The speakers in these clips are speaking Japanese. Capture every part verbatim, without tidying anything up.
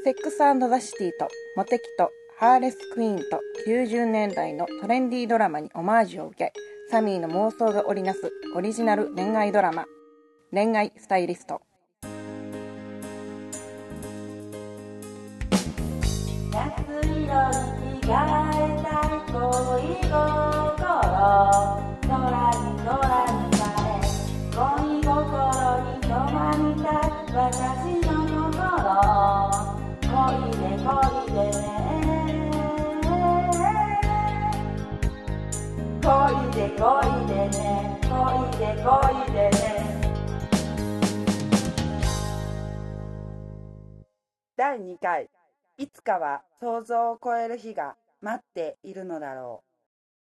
セックス&ザ・シティとモテキとハーレスクイーンときゅうじゅうねんだいのトレンディードラマにオマージュを受け、サミーの妄想が織りなすオリジナル恋愛ドラマ、恋愛スタイリスト。 夏色に着替えたい恋心、空に空に晴れ、恋心に染まりたい私の心、恋で恋でね、恋で恋でね、恋で恋でね。だいにかい、いつかは想像を超える日が待っているのだろう。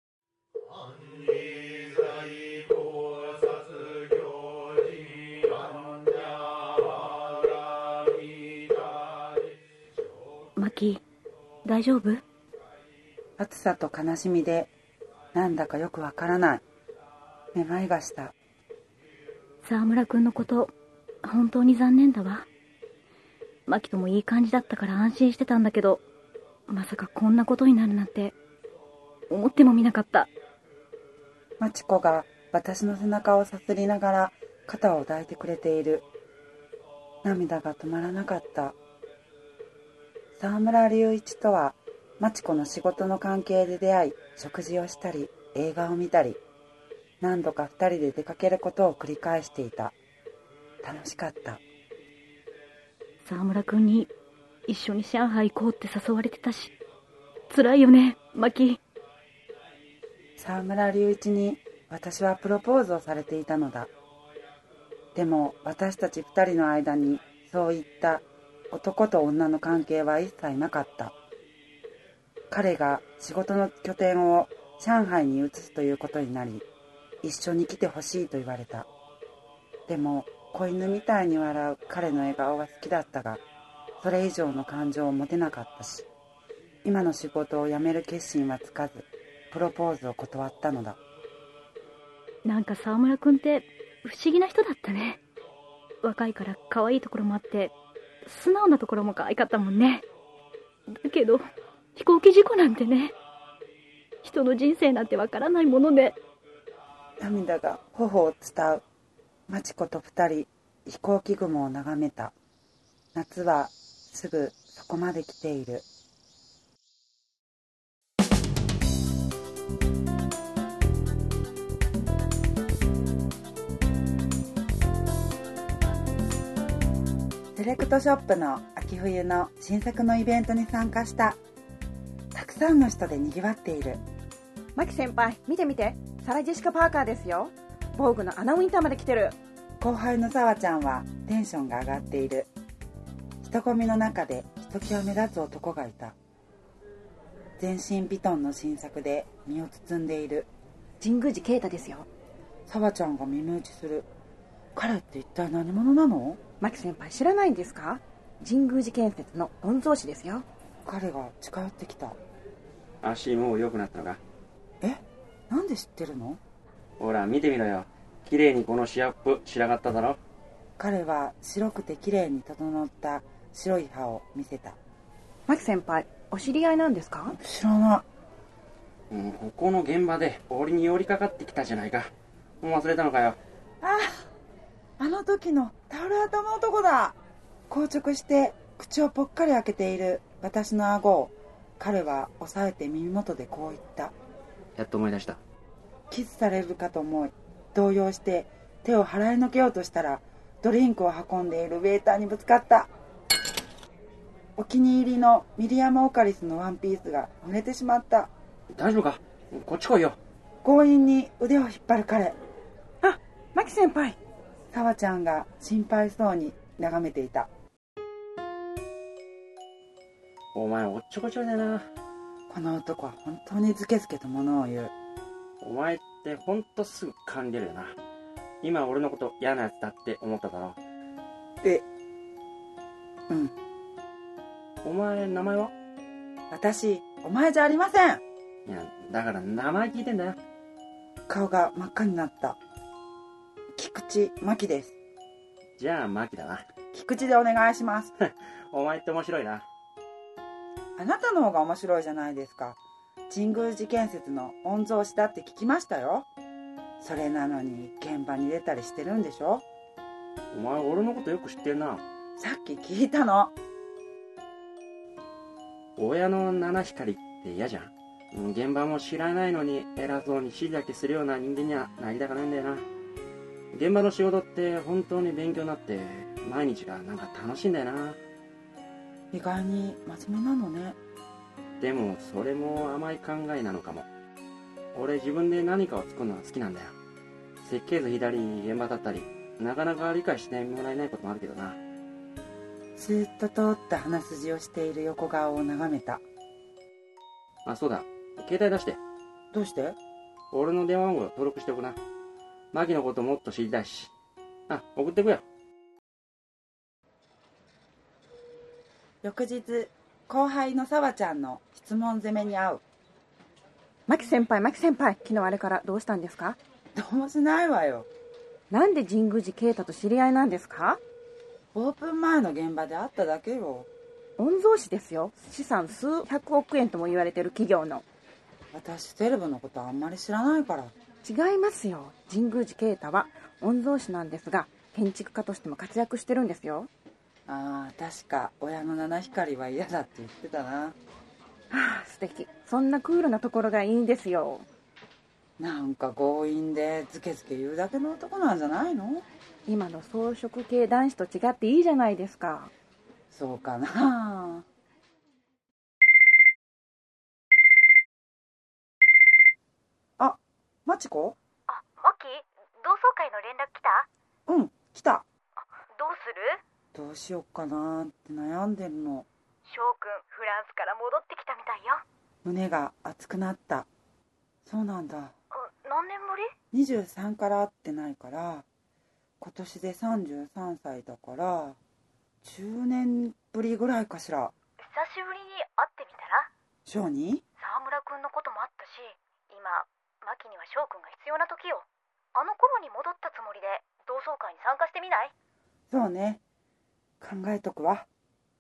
マキ、大丈夫？ 暑さと悲しみでなんだかよくわからない。めまいがした。 沢村くんのこと本当に残念だわ。マキともいい感じだったから安心してたんだけど、まさかこんなことになるなんて思ってもみなかった。 マチコが私の背中をさすりながら肩を抱いてくれている。涙が止まらなかった。沢村隆一とはマチコの仕事の関係で出会い、食事をしたり映画を見たり、何度か二人で出かけることを繰り返していた。楽しかった。 沢村くんに一緒に上海行こうって誘われてたし、辛いよね、マキ。 沢村隆一に私はプロポーズをされていたのだ。でも私たち二人の間にそういった男と女の関係は一切なかった。彼が仕事の拠点を上海に移すということになり、一緒に来てほしいと言われた。でも子犬みたいに笑う彼の笑顔が好きだったが、それ以上の感情を持てなかったし、今の仕事を辞める決心はつかず、プロポーズを断ったのだ。 なんか沢村くんって不思議な人だったね。若いから可愛いところもあって、素直なところも可愛かったもんね。だけど飛行機事故なんてね、人の人生なんてわからないもので。 涙が頬を伝う。マチコと二人飛行機雲を眺めた。夏はすぐそこまで来ている。セレクトショップの秋冬の新作のイベントに参加した。たくさんの人で賑わっている。 マキ先輩、見て見て、サラ・ジェシカ・パーカーですよ。ボーグのアナウィンターまで来てる。 後輩のサワちゃんはテンションが上がっている。人混みの中でひときわ目立つ男がいた。全身ヴィトンの新作で身を包んでいる。 神宮寺啓太ですよ。 サワちゃんが耳打ちする。彼って一体何者なの？ マキ先輩知らないんですか？神宮寺建設の御曹司ですよ。 彼が近寄ってきた。 足もう良くなったのか？ え、なんで知ってるの？ ほら見てみろよ、綺麗にこのシアップ仕上がっただろ。 彼は白くて綺麗に整った白い歯を見せた。 マキ先輩、お知り合いなんですか？ 知らない。 うん、ここの現場で俺に寄りかかってきたじゃないか。もう忘れたのかよ。 ああ、あの時のタオル頭の男だ。硬直して口をぽっかり開けている私の顎を彼は押さえて耳元でこう言った。 やっと思い出した。 キスされるかと思い動揺して手を払いのけようとしたら、ドリンクを運んでいるウェイターにぶつかった。お気に入りのミリアム・オカリスのワンピースが濡れてしまった。 大丈夫か？こっち来いよ。 強引に腕を引っ張る彼。 あ、マキ先輩。 サワちゃんが心配そうに眺めていた。 お前おっちょこちょいだな。 この男は本当にズケズケと物を言う。 お前ってほんとすぐ感じるよな。今俺のこと嫌なやつだって思っただろ。 え、うん。 お前名前は？ 私、お前じゃありません。 いや、だから名前聞いてんだよ。 顔が真っ赤になった。菊池真希です。 じゃあマキだな。 菊池でお願いします。 お前って面白いな。 あなたの方が面白いじゃないですか。神宮寺建設の御曹司だって聞きましたよ。それなのに現場に出たりしてるんでしょ。 お前俺のことよく知ってるな。 さっき聞いたの。 親の七光って嫌じゃん。現場も知らないのに偉そうに指示だけするような人間にはなりたくないんだよな。現場の仕事って本当に勉強になって毎日がなんか楽しいんだよな。 意外に真面目なのね。 でもそれも甘い考えなのかも。俺自分で何かを作るのが好きなんだよ。設計図引いたり現場だったり、なかなか理解してもらえないこともあるけどな。 スーッと通った鼻筋をしている横顔を眺めた。 あ、そうだ、携帯出して。 どうして？ 俺の電話番号登録しておくな。マキのこともっと知りたいし。あ、送ってくよ。 翌日、後輩の沢ちゃんの質問攻めに遭う。 マキ先輩、マキ先輩、昨日あれからどうしたんですか？ どうもしないわよ。 なんで神宮寺啓太と知り合いなんですか？ オープン前の現場で会っただけよ。 御曹司ですよ。資産数百億円とも言われてる企業の。 私セレブのことあんまり知らないから。 違いますよ。神宮寺啓太は御曹司なんですが、建築家としても活躍してるんですよ。 ああ、確か親の七光は嫌だって言ってたな。 はあ、素敵。そんなクールなところがいいんですよ。 なんか強引でズケズケ言うだけの男なんじゃないの？ 今の草食系男子と違っていいじゃないですか。 そうかな。あ、マチコ？ あ、マキ、同窓会の連絡来た？ うん、来た。 どうする？ どうしよっかなって悩んでるの。 翔くん、フランスから戻ってきたみたいよ。 胸が熱くなった。そうなんだ。 何年ぶり？ にじゅうさんから会ってないから、今年でさんじゅうさんさいだからじゅうねんぶりぐらいかしら。 久しぶりに会ってみたら？ 翔に？ 沢村くんのこともあったし、今マキには翔くんが必要な時よ。あの頃に戻ったつもりで同窓会に参加してみない？ そうね、考えとくわ。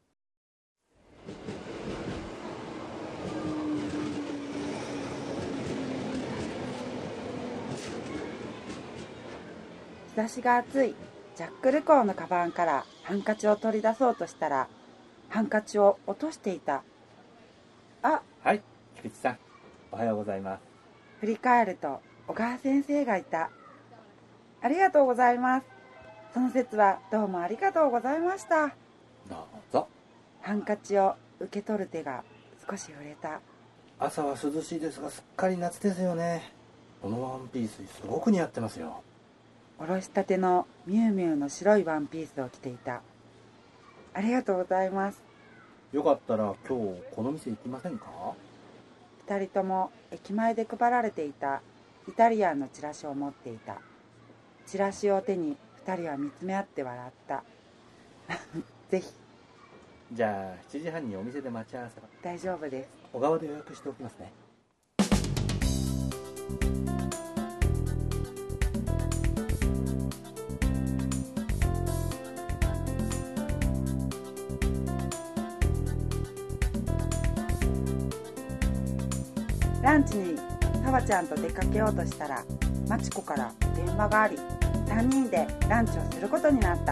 日差しが暑い。ジャックルコーのカバンからハンカチを取り出そうとしたら、ハンカチを落としていた。あ、 はい、菊池さん、おはようございます。 振り返ると小川先生がいた。ありがとうございます。その節はどうもありがとうございました。 どうぞ。 ハンカチを受け取る手が少し触れた。 朝は涼しいですが、すっかり夏ですよね。このワンピースすごく似合ってますよ。 おろしたてのミュウミュウの白いワンピースを着ていた。ありがとうございます。 よかったら今日この店行きませんか？ 二人とも駅前で配られていたイタリアンのチラシを持っていた。チラシを手に二人は見つめ合って笑ったぜひ。 じゃあしちじはんにお店で待ち合わせは？ 大丈夫です。 小川で予約しておきますね。 ランチにさわちゃんと出かけようとしたら、マチコから電話があり、さんにんでランチをすることになった。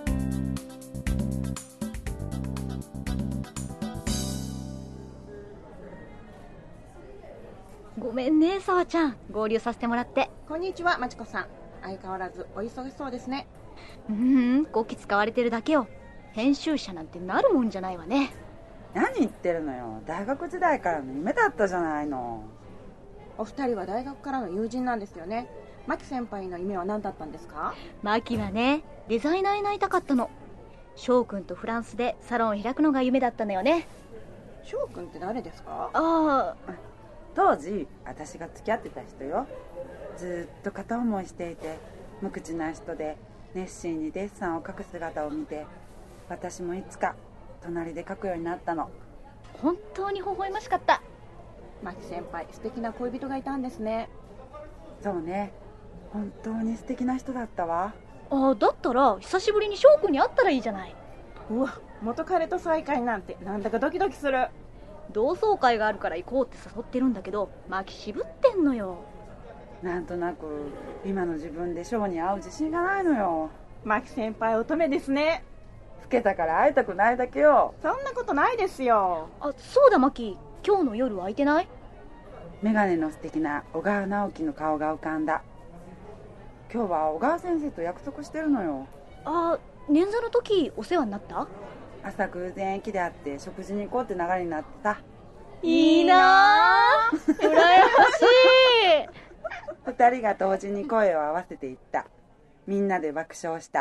ごめんね、沢ちゃん、合流させてもらって。 こんにちは、まちこさん。相変わらずお忙しそうですね。 うーん、こき使われてるだけよ。編集者なんてなるもんじゃないわね。 何言ってるのよ。大学時代からの夢だったじゃないの。 お二人は大学からの友人なんですよね。マキ先輩の夢は何だったんですか？ マキはね、デザイナーになりたかったの。翔くんとフランスでサロンを開くのが夢だったのよね。 翔くんって誰ですか？ ああ、 当時私が付き合ってた人よ。ずっと片思いしていて、無口な人で熱心にデッサンを描く姿を見て、私もいつか隣で描くようになったの。 本当に微笑ましかった。 マキ先輩、素敵な恋人がいたんですね。 そうね、本当に素敵な人だったわ。 あ、だったら久しぶりに翔くんに会ったらいいじゃない。 うわ、元彼と再会なんてなんだかドキドキする。 同窓会があるから行こうって誘ってるんだけど、マキ渋ってんのよ。 なんとなく今の自分で翔に会う自信がないのよ。 マキ先輩乙女ですね。 老けたから会いたくないだけよ。 そんなことないですよ。 あ、そうだマキ、今日の夜空いてない？ メガネの素敵な小川直樹の顔が浮かんだ。今日は小川先生と約束してるのよ。 あ、捻挫の時お世話になった？ 朝偶然駅で会って食事に行こうって流れになってさ。 いいなぁ羨ましい。 二人が同時に声を合わせていった。みんなで爆笑した。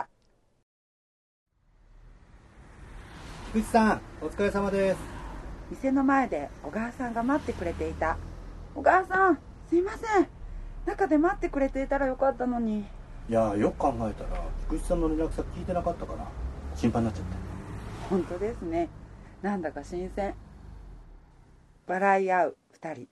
菊池さん、お疲れ様です。 店の前で小川さんが待ってくれていた。小川さん、すいません。中で待ってくれていたらよかったのに。 いや、よく考えたら菊池さんの連絡先聞いてなかったから心配になっちゃって。 本当ですね。なんだか新鮮。笑い合う二人。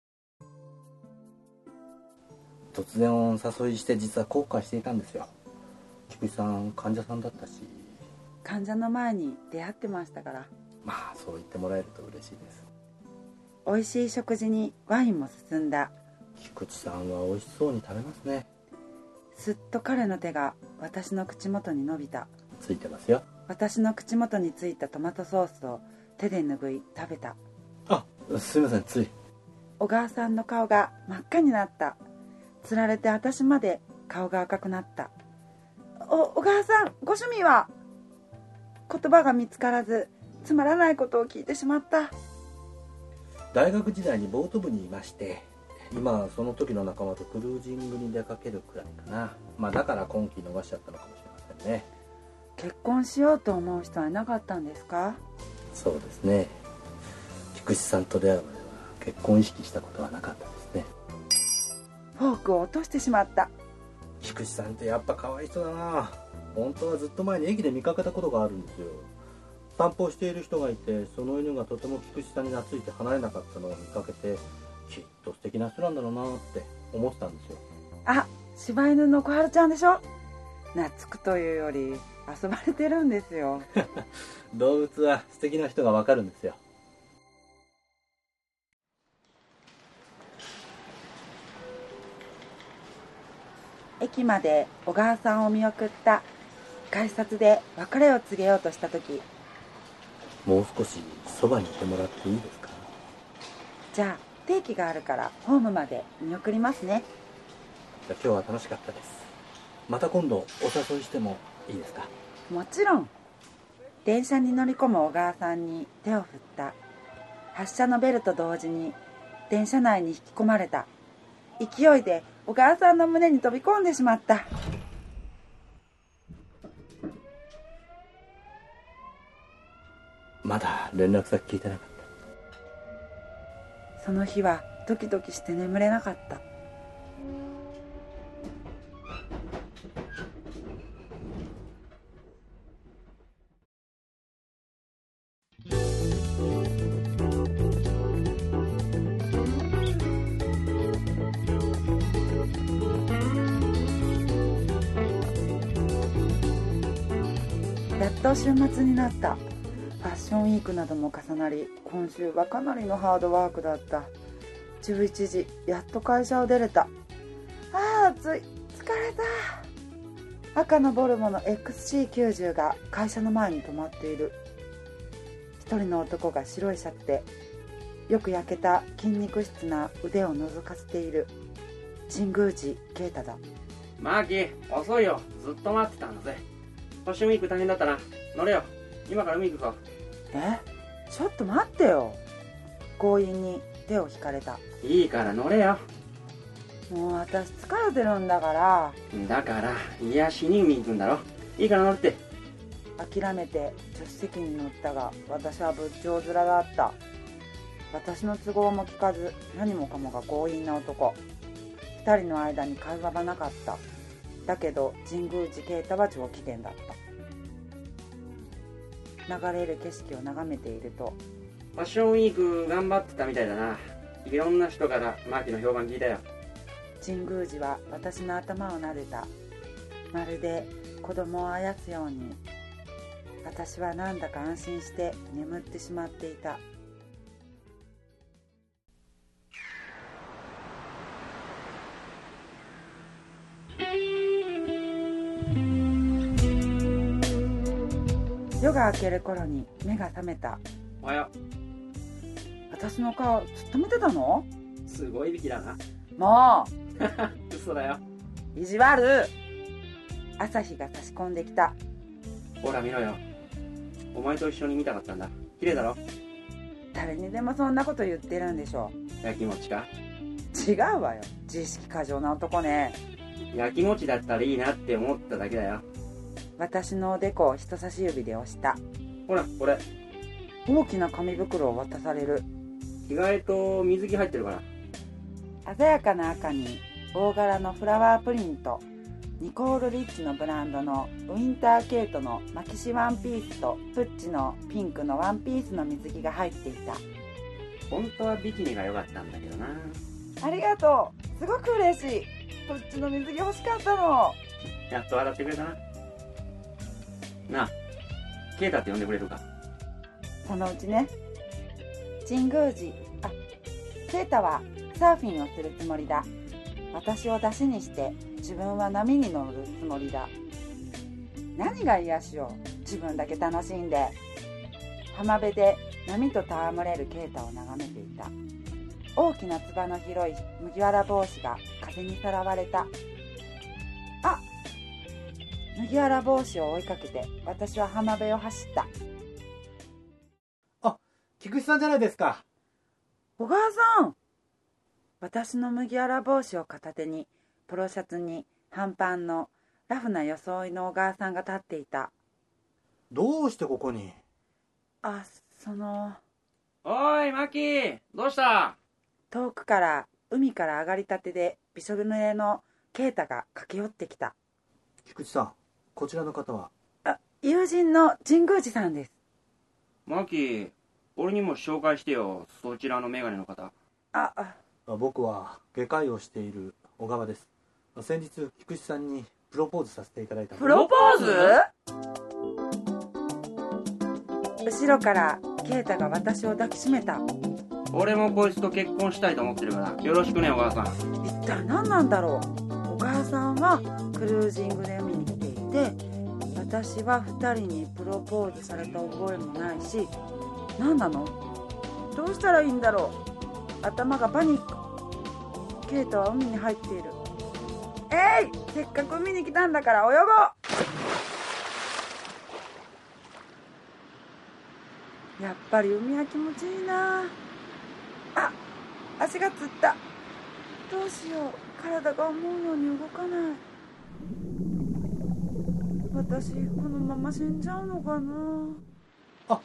突然お誘いして実は後悔していたんですよ。菊池さん患者さんだったし。 患者の前に出会ってましたから。 まあそう言ってもらえると嬉しいです。 美味しい食事にワインも進んだ。 菊池さんは美味しそうに食べますね。 すっと彼の手が私の口元に伸びた。 ついてますよ。 私の口元についたトマトソースを手で拭い食べた。 あ、すいません、つい。 小川さんの顔が真っ赤になった。つられて私まで顔が赤くなった。お小川さん、ご趣味は？言葉が見つからずつまらないことを聞いてしまった。 大学時代にボート部にいまして、今はその時の仲間とクルージングに出かけるくらいかな。まあだから今期逃しちゃったのかもしれませんね。 結婚しようと思う人はいなかったんですか？ そうですね。菊池さんと出会うまでは結婚を意識したことはなかったですね。 フォークを落としてしまった。 菊池さんってやっぱ可愛い人だな。本当はずっと前に駅で見かけたことがあるんですよ。散歩している人がいて、その犬がとても菊池さんに懐いて離れなかったのを見かけて、きっと素敵な人なんだろうなって思ってたんですよ。 あ、柴犬の小春ちゃんでしょ。懐くというより遊ばれてるんですよ。 動物は素敵な人がわかるんですよ。 駅まで小川さんを見送った。改札で別れを告げようとした時、 もう少しそばにいてもらっていいですか？ じゃあ定期があるからホームまで見送りますね。 じゃあ今日は楽しかったです。また今度お誘いしてもいいですか？ もちろん。電車に乗り込む小川さんに手を振った。発車のベルと同時に電車内に引き込まれた。勢いで小川さんの胸に飛び込んでしまった。 まだ連絡先聞いてなかった。 その日はドキドキして眠れなかった。やっと週末になった。ファッションウィークなども重なり、今週はかなりのハードワークだった。じゅういちじ、やっと会社を出れた。あー暑い、疲れた。赤のボルボの エックスシーきゅうじゅう が会社の前に止まっている。一人の男が白いシャツでよく焼けた筋肉質な腕を覗かせている。神宮寺啓太だ。 マーキー、遅いよ。ずっと待ってたんだぜ。ファッションウィーク大変だったな。乗れよ。今から海行くか。 え、ちょっと待ってよ。強引に手を引かれた。 いいから乗れよ。 もう私疲れてるんだから。 だから癒しに海行くんだろ。いいから乗るって。 諦めて助手席に乗ったが、私は仏頂面だった。私の都合も聞かず、何もかもが強引な男。二人の間に会話がなかった。だけど神宮寺啓太は上機嫌だった。流れる景色を眺めていると、 ファッションウィーク頑張ってたみたいだな。いろんな人からマーキーの評判聞いたよ。 神宮寺は私の頭を撫でた。まるで子供をあやすように、私はなんだか安心して眠ってしまっていた。夜が明ける頃に目が覚めた。 おはよ私の顔ずっと見てたの？ う。すごいいびきだな。 も嘘だよ。 う意地悪。朝日が差し込んできた。 ほら見ろよ。お前と一緒に見たかったんだ。綺麗だろ。 誰にでもそんなこと言ってるんでしょやきもちか。 う。違うわよ、自意識過剰な男ね。 やきもちだったらいいなって思っただけだよ。 私のおでこを人差し指で押した。 ほらこれ、 大きな紙袋を渡される。 意外と水着入ってるから。 鮮やかな赤に大柄のフラワープリント、ニコール・リッチのブランドのウィンターケイトのマキシワンピースとプッチのピンクのワンピースの水着が入っていた。 本当はビキニが良かったんだけどな。 ありがとう、すごく嬉しい。プッチの水着欲しかったの。 やっと笑ってくれたな。なあ、ケイタって呼んでくれるか。 そのうちね。神宮寺、あ、ケイタはサーフィンをするつもりだ。私を出しにして自分は波に乗るつもりだ。何が癒しよ、自分だけ楽しんで。浜辺で波と戯れるケイタを眺めていた。大きなつばの広い麦わら帽子が風にさらわれた。あ、麦わら帽子を追いかけて私は浜辺を走った。 あ、菊池さんじゃないですか。 小川さん。私の麦わら帽子を片手にポロシャツに半パンのラフな装いの小川さんが立っていた。 どうしてここに？ あ、そのおいマキ、どうした？ 遠くから海から上がりたてでびしょ濡れのケイタが駆け寄ってきた。 菊池さん、こちらの方は？ あ、友人の神宮寺さんです。 マキ、俺にも紹介してよ、そちらのメガネの方。 あ、あ、 僕は外科医をしている小川です。先日菊池さんにプロポーズさせていただいた。 プロポーズ？後ろからケイタが私を抱きしめた。 俺もこいつと結婚したいと思ってるからよろしくね、小川さん。 一体何なんだろう。小川さんはクルージングで海に来ていて、私はふたりにプロポーズされた覚えもないし、何なの？どうしたらいいんだろう。頭がパニック。ケイタは海に入っている。えい、せっかく海に来たんだから泳ごう。やっぱり海は気持ちいいなあ。足がつった。どうしよう、体が思うように動かない。私このまま死んじゃうのかな。 あ、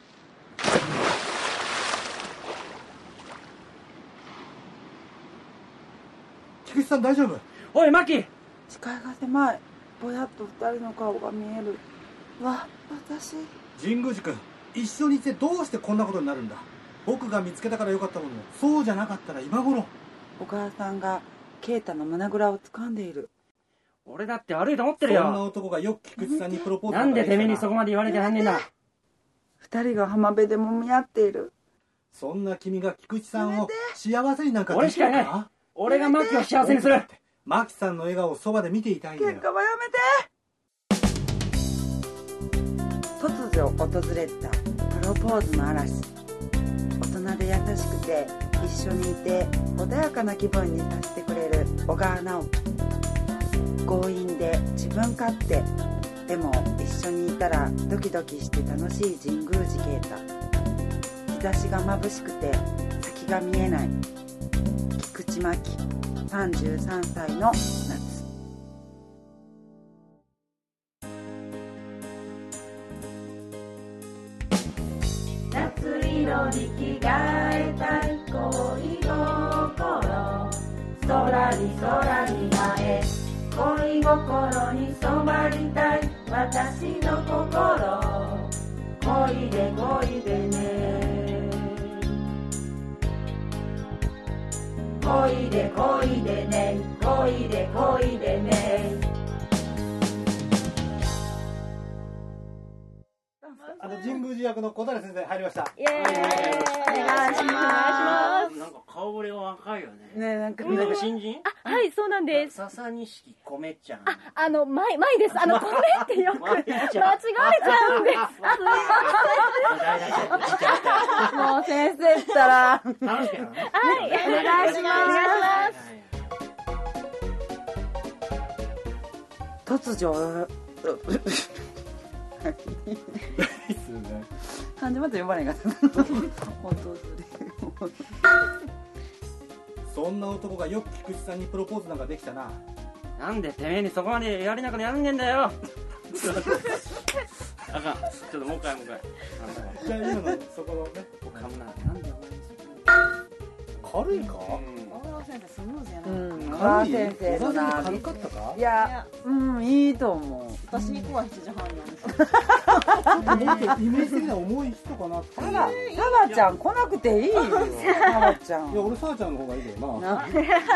菊池さん大丈夫？ おいマキ、 視界が狭い。ぼやっと二人の顔が見える。わ、私。 神宮寺君、一緒にいてどうしてこんなことになるんだ。僕が見つけたからよかったもの、そうじゃなかったら今頃。 小川さんがケイタの胸ぐらを掴んでいる。 俺だって悪いと思ってるよ。 そんな男がよく菊池さんにプロポーズ。 なんでてめえにそこまで言われてなんねんだ。 二人が浜辺で揉み合っている。 そんな君が菊池さんを幸せになんか俺しかいない。俺がマキを幸せにする。 マキさんの笑顔をそばで見ていたいんだよ。 喧嘩はやめて。突如訪れたプロポーズの嵐。大人で優しくて一緒にいて穏やかな気分にさせてくれる小川直樹。強引で自分勝手でも一緒にいたらドキドキして楽しい神宮寺ケイタ。日差しが眩しくて先が見えない菊池真希さんじゅうさんさいの夏。夏色に着替えたい恋心、空に空に舞え恋心に染まりたい私の心、恋で恋でね、恋で恋でね、恋で恋でね。 あの神宮寺役の小谷先生入りました。 イエーイ。お願いします。 なんか顔ぶれが若いよね。 ね、なんか、 なんか新人？ あ、はい、そうなんです。 笹錦米ちゃん。 あ、あの、前、前です。あの、米ってよく間違えちゃうんです。 もう先生ったら。 はい、お願いします。 突如、漢字まで読まれへんかった。本当それ。 そんな男がよく菊池さんにプロポーズなんかできたな。 なんでてめえにそこまでやりなくやんねんだよ。あかん。ちょっともう一回もう一回。 じゃあ今のそこのね。 噛むな。なんでお前に軽いか？ 大川先生スムーズやな。 うん、小川先生のな。 軽かったか？ いや、うん、いいと思う。 私行くはしちじはんなんですよ。 イメージ的には重い人かなって。 サバ、サバちゃん来なくていいよ。サバちゃん。 いや、俺サバちゃんの方がいいけどな。 な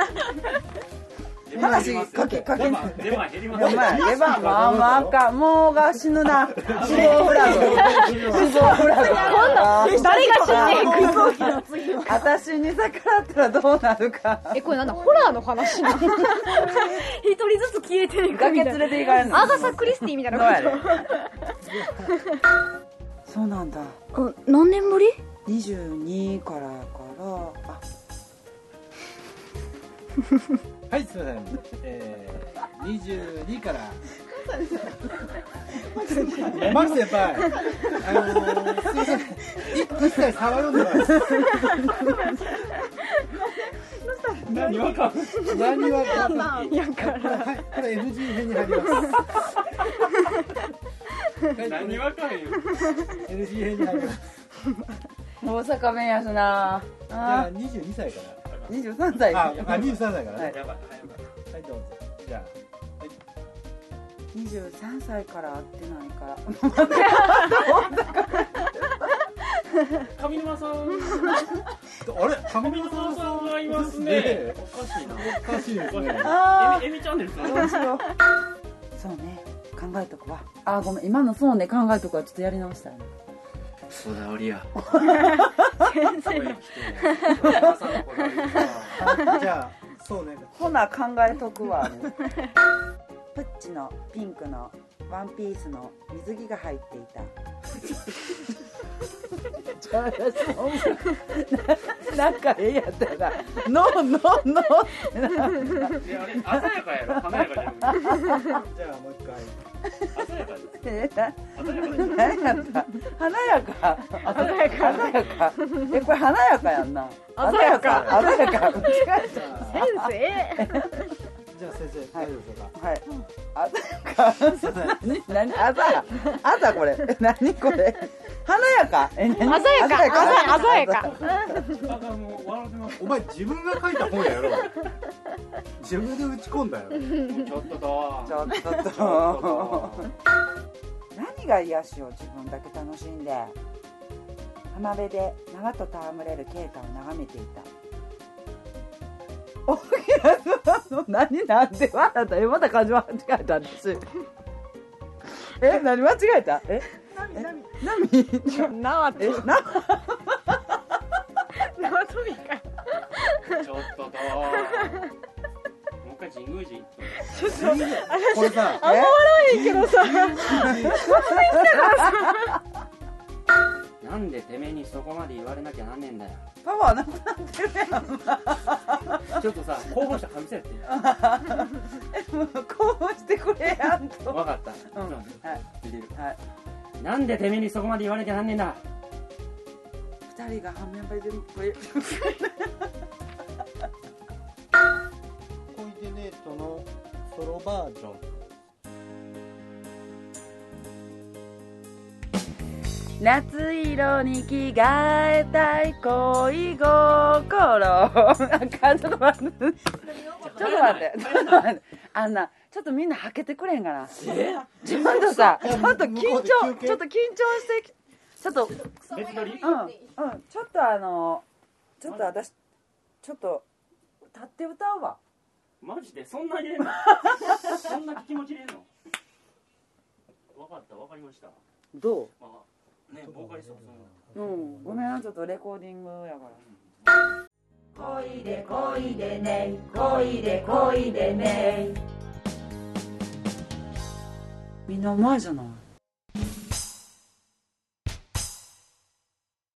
話かけかけ。 出番減ります。 お前、出番まあまあか、もうが死ぬな。死亡フラグ。死亡フラグ。 今度、誰が死んでいく？ 私に逆らったらどうなるか。 え、これなんだ、ホラーの話なの？一人ずつ消えていくみたいな。 崖連れて行かれるの。 アガサ・クリスティみたいなこと。 そうなんだ。 あ、何年ぶり？ にじゅうにからやから、あ。 はい、すみません。えー、にじゅうにからマキ先輩、あのー、すみません、一切触るんでます。何わかん何わかんない。はい、これ エヌジー 編に入ります。 何わかんよ。 エヌジー 編に入ります。 大阪弁やしな。 じゃあにじゅうにさいから。 にじゅうさんさい。 あ、あにじゅうさんさいからね。 はい、 やばい。 はい、どうぞ。じゃあ、はい。 にじゅうさんさいから会ってないから。 上沼さん。 あれ、上沼さんがいますね。おかしいな。おかしいですね。 あエミチャンネルさん。 どうしよう。そうね、考えとくわ。あ、ごめん、今のそうね、考えとくわ。ちょっとやり直したいな。 そうだ、おりや。 先生。 じゃあ、そうね。 ほな考えとくわ。プッチのピンクのワンピースの水着が入っていた。じゃあ私もなんかええやったよな。ノーノーノーってな。 いや、あれ鮮やかやろ、華やかじゃなくて。 じゃあもう一回。 鮮やかです。 えー、 鮮やかです。 何やった？華やか。華やか。華やか。え、これ華やかやんな。鮮やか。鮮やか。 先生。 じゃあ先生、大丈夫でしょうか。 はい。鮮やか。何？何？朝。朝これ。何これ？華やか。え、何？ 鮮やか。鮮やか。 お前自分が書いた本やろ。自分で打ち込んだよ。 ちょっとと。 ちょっとと。何が癒しを自分だけ楽しんで。浜辺で長と戯れる啓太を眺めていた。おきらの何なんで笑った？え、また漢字間違えたんです。え、何間違えた？え、 なみなみなみなわえ、ななわとみか。 ちょっとと。もう一回神宮寺。 これさ、 あんま笑えへんけどさ。 なんでてめえにそこまで言われなきゃなんねえんだよ。 パワーなくなってるやん。 ちょっとさ、興奮したかみせって。 興奮してくれやんと。 わかった。 うん、はい、 見てる。 はい。 なんでてめえにそこまで言わなきゃなんねえんだ。 二人が反面ばいでこれ。 コイデネートのソロバージョン。 夏色に着替えたい恋心。あかん、ちょっと待って。ちょっと待って。ちょっと待って。あんな、ちょっとみんなはけてくれんかな。ちょっとさ、ちょっと緊張、ちょっと緊張してき、ちょっと、 別撮り？ うん、うん、ちょっとあの、ちょっと私、ちょっと、立って歌うわ。 マジでそんな入れんの？そんな気持ち入れんの？わかった、わかりました。 どう？ あねボーカリストうん、ごめんな、ちょっとレコーディングやから。こいでこいでね、こいでこいでね。みんなうまいじゃない。